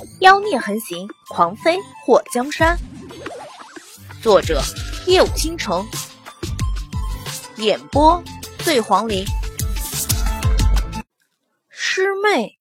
妖孽横行，狂飞祸江山。作者：夜舞倾城，演播：醉黄林。师妹，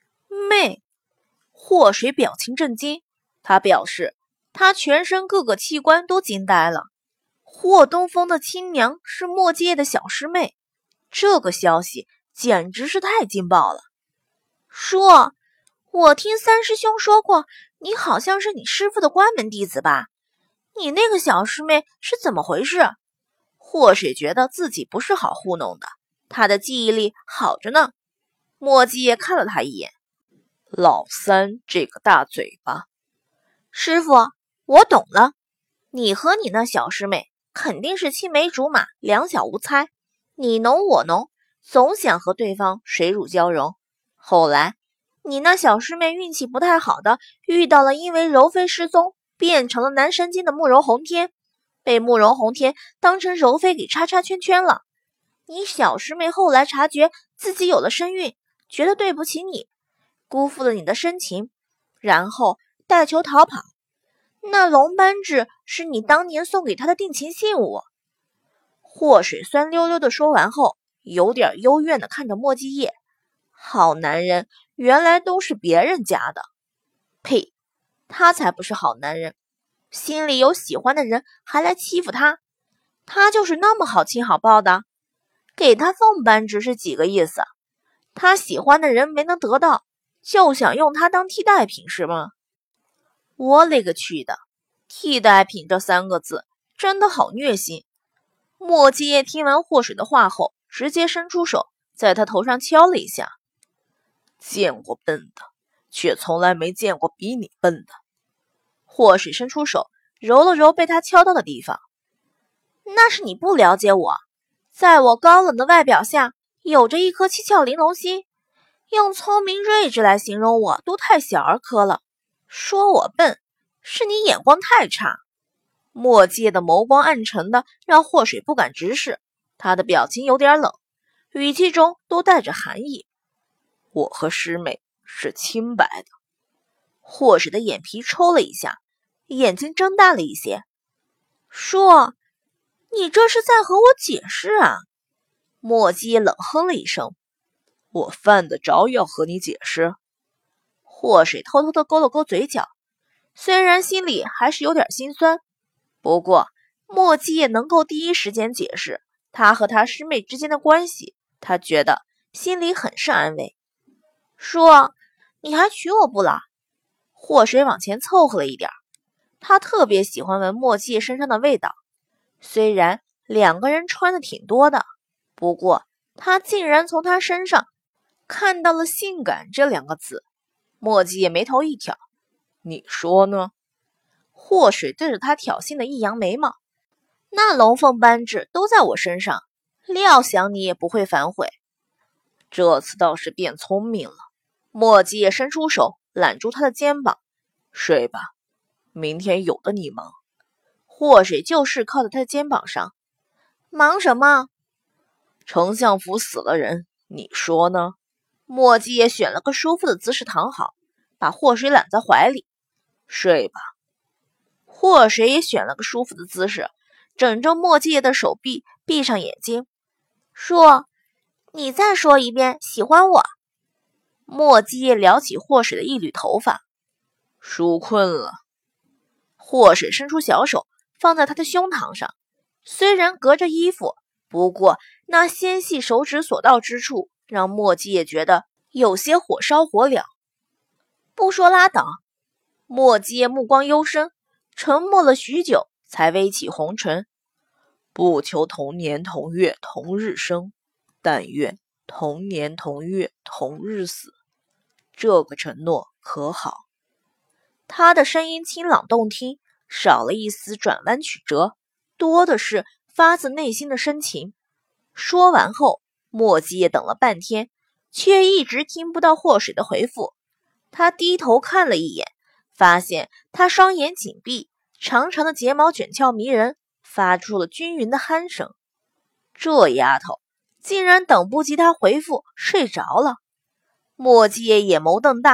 祸水表情震惊，他表示他全身各个器官都惊呆了。霍东风的亲娘是墨界的小师妹，这个消息简直是太劲爆了。叔，我听三师兄说过，你好像是你师父的关门弟子吧？你那个小师妹是怎么回事？霍水觉得自己不是好糊弄的，他的记忆力好着呢。墨界看了他一眼，老三这个大嘴巴。师父，我懂了，你和你那小师妹肯定是青梅竹马，两小无猜，你侬我侬，总想和对方水乳交融。后来你那小师妹运气不太好的，遇到了因为柔妃失踪变成了男神经的慕容宏天，被慕容宏天当成柔妃给叉叉圈圈了。你小师妹后来察觉自己有了身孕，觉得对不起你，辜负了你的深情，然后带球逃跑。那龙扳指是你当年送给他的定情信物。祸水酸溜溜的说完后，有点幽怨的看着墨迹叶。好男人原来都是别人家的。呸，他才不是好男人，心里有喜欢的人还来欺负他，他就是那么好亲好抱的。给他凤扳指是几个意思？他喜欢的人没能得到，就想用他当替代品是吗？我勒个去的，替代品这三个字真的好虐心。墨迹叶听完祸水的话后，直接伸出手在他头上敲了一下。见过笨的，却从来没见过比你笨的。祸水伸出手揉了揉被他敲到的地方。那是你不了解我，在我高冷的外表下有着一颗七窍玲珑心，用聪明睿智来形容我都太小儿科了。说我笨，是你眼光太差。墨界的眸光暗沉的让祸水不敢直视，他的表情有点冷，语气中都带着寒意。我和师妹是清白的。祸水的眼皮抽了一下，眼睛睁大了一些。说，你这是在和我解释啊？墨迹冷哼了一声。我犯得着要和你解释？祸水偷偷地勾了勾嘴角，虽然心里还是有点心酸，不过墨迹也能够第一时间解释他和他师妹之间的关系，他觉得心里很是安慰。说，你还娶我不啦？祸水往前凑合了一点，他特别喜欢闻墨迹身上的味道，虽然两个人穿的挺多的，不过他竟然从他身上看到了性感这两个字。墨迹也眉头一挑，你说呢？祸水对着他挑衅的一扬眉毛，那龙凤扳指都在我身上，料想你也不会反悔。这次倒是变聪明了。墨迹也伸出手揽住他的肩膀，睡吧，明天有的你忙。祸水就是靠在他的肩膀上。忙什么？丞相府死了人，你说呢？墨迹也选了个舒服的姿势躺好，把祸水揽在怀里。睡吧。祸水也选了个舒服的姿势，枕着墨迹的手臂，闭上眼睛。说，你再说一遍喜欢我。墨迹撩起祸水的一缕头发。纾困了。祸水伸出小手放在他的胸膛上，虽然隔着衣服，不过那纤细手指所到之处让墨迹也觉得有些火烧火燎。不说拉倒。墨迹目光幽深，沉默了许久才微起红唇。不求同年同月同日生，但愿同年同月同日死，这个承诺可好？他的声音清朗动听，少了一丝转弯曲折，多的是发自内心的深情。说完后，墨迹也等了半天，却一直听不到祸水的回复。他低头看了一眼，发现他双眼紧闭，长长的睫毛卷翘迷人，发出了均匀的鼾声。这丫头竟然等不及他回复睡着了。墨迹眼眸瞪大，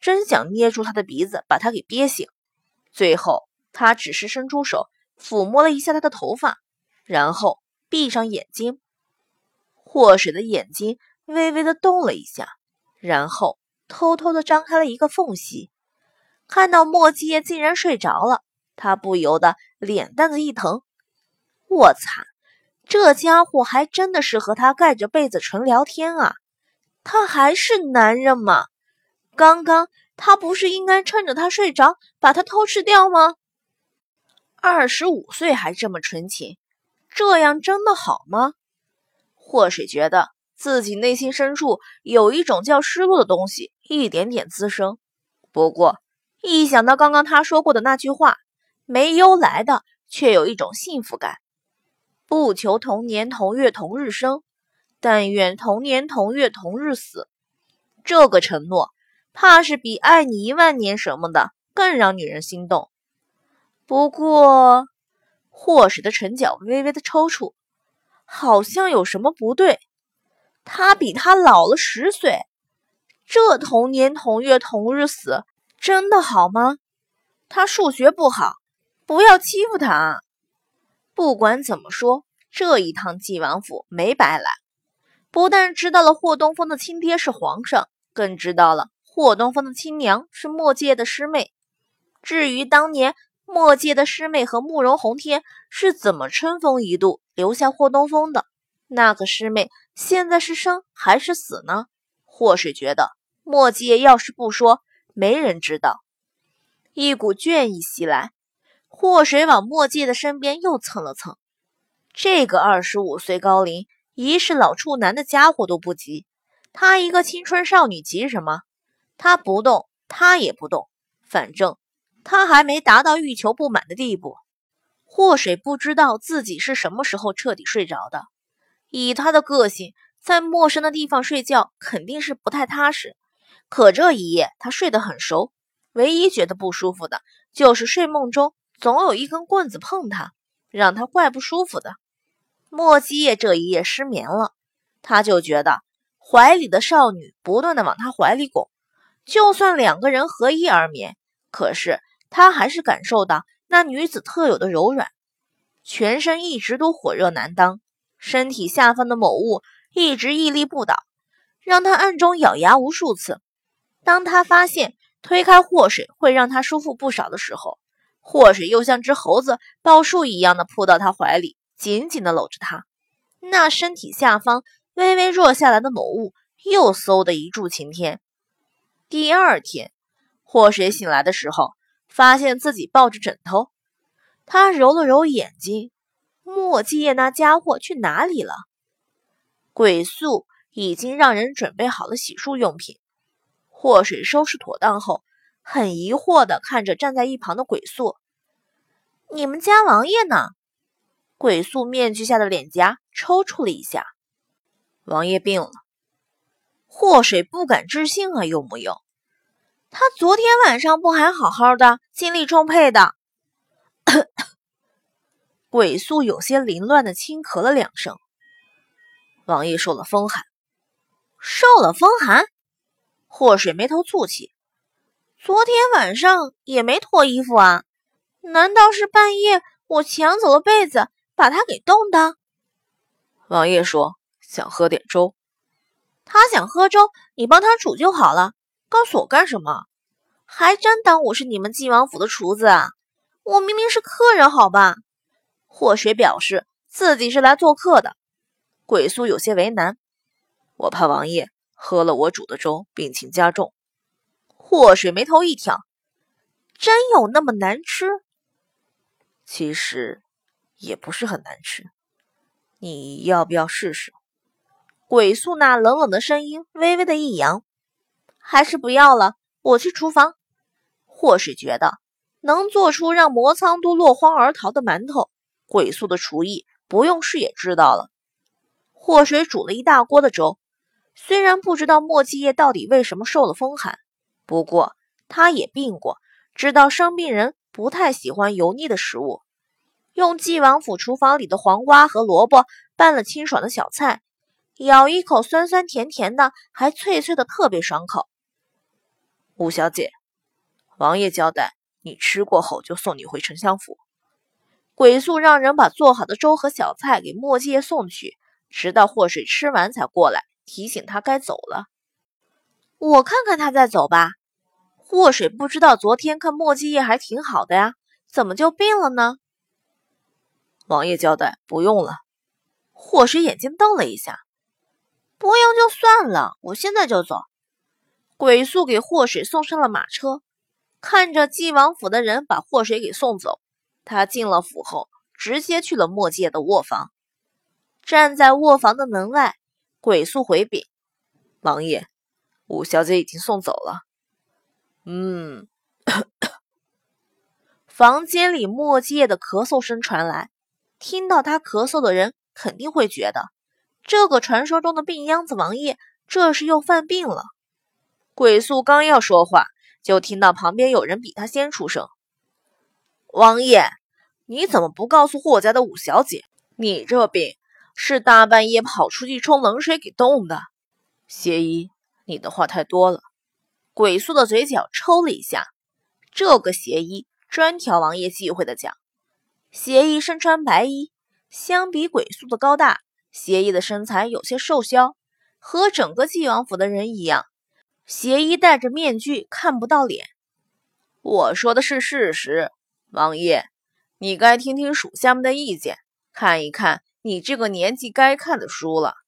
真想捏住他的鼻子，把他给憋醒。最后，他只是伸出手抚摸了一下他的头发，然后闭上眼睛。祸水的眼睛微微的动了一下，然后偷偷的张开了一个缝隙，看到莫继业竟然睡着了，他不由得脸蛋子一疼。我擦，这家伙还真的是和他盖着被子纯聊天啊！他还是男人吗？刚刚他不是应该趁着他睡着把他偷吃掉吗？25岁还这么纯情，这样真的好吗？祸水觉得自己内心深处有一种叫失落的东西一点点滋生。不过一想到刚刚他说过的那句话，没由来的却有一种幸福感。不求同年同月同日生，但愿同年同月同日死。这个承诺怕是比爱你10000年什么的更让女人心动。不过祸水的唇角微微的抽搐，好像有什么不对。他比他老了10岁，这同年同月同日死真的好吗？他数学不好，不要欺负他。不管怎么说，这一趟晋王府没白来，不但知道了霍东风的亲爹是皇上，更知道了霍东风的亲娘是莫介的师妹。至于当年莫介的师妹和慕容宏天是怎么春风一度留下霍东风的，那个师妹现在是生还是死呢？或是觉得莫介要是不说，没人知道。一股倦意袭来，祸水往莫介的身边又蹭了蹭。这个25岁高龄疑是老处男的家伙都不急，他一个青春少女急什么？他不动，他也不动，反正他还没达到欲求不满的地步。祸水不知道自己是什么时候彻底睡着的，以他的个性，在陌生的地方睡觉肯定是不太踏实。可这一夜他睡得很熟，唯一觉得不舒服的就是睡梦中总有一根棍子碰他，让他怪不舒服的。莫基业这一夜失眠了，他就觉得怀里的少女不断的往他怀里拱，就算2个人合衣而眠，可是他还是感受到那女子特有的柔软，全身一直都火热难当，身体下方的某物一直屹立不倒，让他暗中咬牙无数次。当他发现推开祸水会让他舒服不少的时候，祸水又像只猴子抱树一样的扑到他怀里，紧紧的搂着他，那身体下方微微弱下来的某物又嗖的一柱擎天。第二天，祸水醒来的时候，发现自己抱着枕头，他揉了揉眼睛，莫继业那家伙去哪里了？鬼宿已经让人准备好了洗漱用品。祸水收拾妥当后，很疑惑地看着站在一旁的鬼宿。你们家王爷呢？鬼宿面具下的脸颊抽搐了一下。王爷病了。祸水不敢置信啊，有木有？他昨天晚上不还好好的，精力充沛的。鬼宿有些凌乱的轻咳了2声。王爷受了风寒。受了风寒？祸水眉头蹙起。昨天晚上也没脱衣服啊，难道是半夜我抢走了被子把他给冻的？王爷说想喝点粥。他想喝粥，你帮他煮就好了，告诉我干什么？还真当我是你们晋王府的厨子啊？我明明是客人好吧？祸水表示自己是来做客的。鬼宿有些为难，我怕王爷喝了我煮的粥病情加重。祸水眉头一挑，真有那么难吃？其实也不是很难吃，你要不要试试？鬼宿那冷冷的声音微微的一扬，还是不要了，我去厨房。祸水觉得能做出让魔苍都落荒而逃的馒头，鬼宿的厨艺不用试也知道了。祸水煮了一大锅的粥，虽然不知道莫继业到底为什么受了风寒，不过他也病过，知道生病人不太喜欢油腻的食物。用晋王府厨房里的黄瓜和萝卜拌了清爽的小菜，咬一口酸酸甜甜的，还脆脆的，特别爽口。 吴小姐，王爷交代，你吃过后就送你回丞相府。鬼宿让人把做好的粥和小菜给墨迹叶送去，直到祸水吃完才过来提醒他该走了。我看看他再走吧。祸水不知道昨天看墨迹叶还挺好的呀，怎么就病了呢？王爷交代不用了。祸水眼睛瞪了一下，不用就算了，我现在就走。鬼宿给祸水送上了马车，看着纪王府的人把祸水给送走，他进了府后直接去了墨迹叶的卧房。站在卧房的门外，鬼宿回禀王爷，五小姐已经送走了。房间里墨迹叶的咳嗽声传来，听到他咳嗽的人肯定会觉得这个传说中的病秧子王爷这是又犯病了。鬼宿刚要说话，就听到旁边有人比他先出声，王爷，你怎么不告诉霍家的五小姐，你这病是大半夜跑出去冲冷水给冻的。邪医，你的话太多了。鬼宿的嘴角抽了一下，这个邪医专挑王爷忌讳的讲。邪医身穿白衣，相比鬼宿的高大，邪医的身材有些瘦削，和整个纪王府的人一样，邪医戴着面具看不到脸。我说的是事实，王爷，你该听听属下们的意见，看一看你这个年纪该看的书了。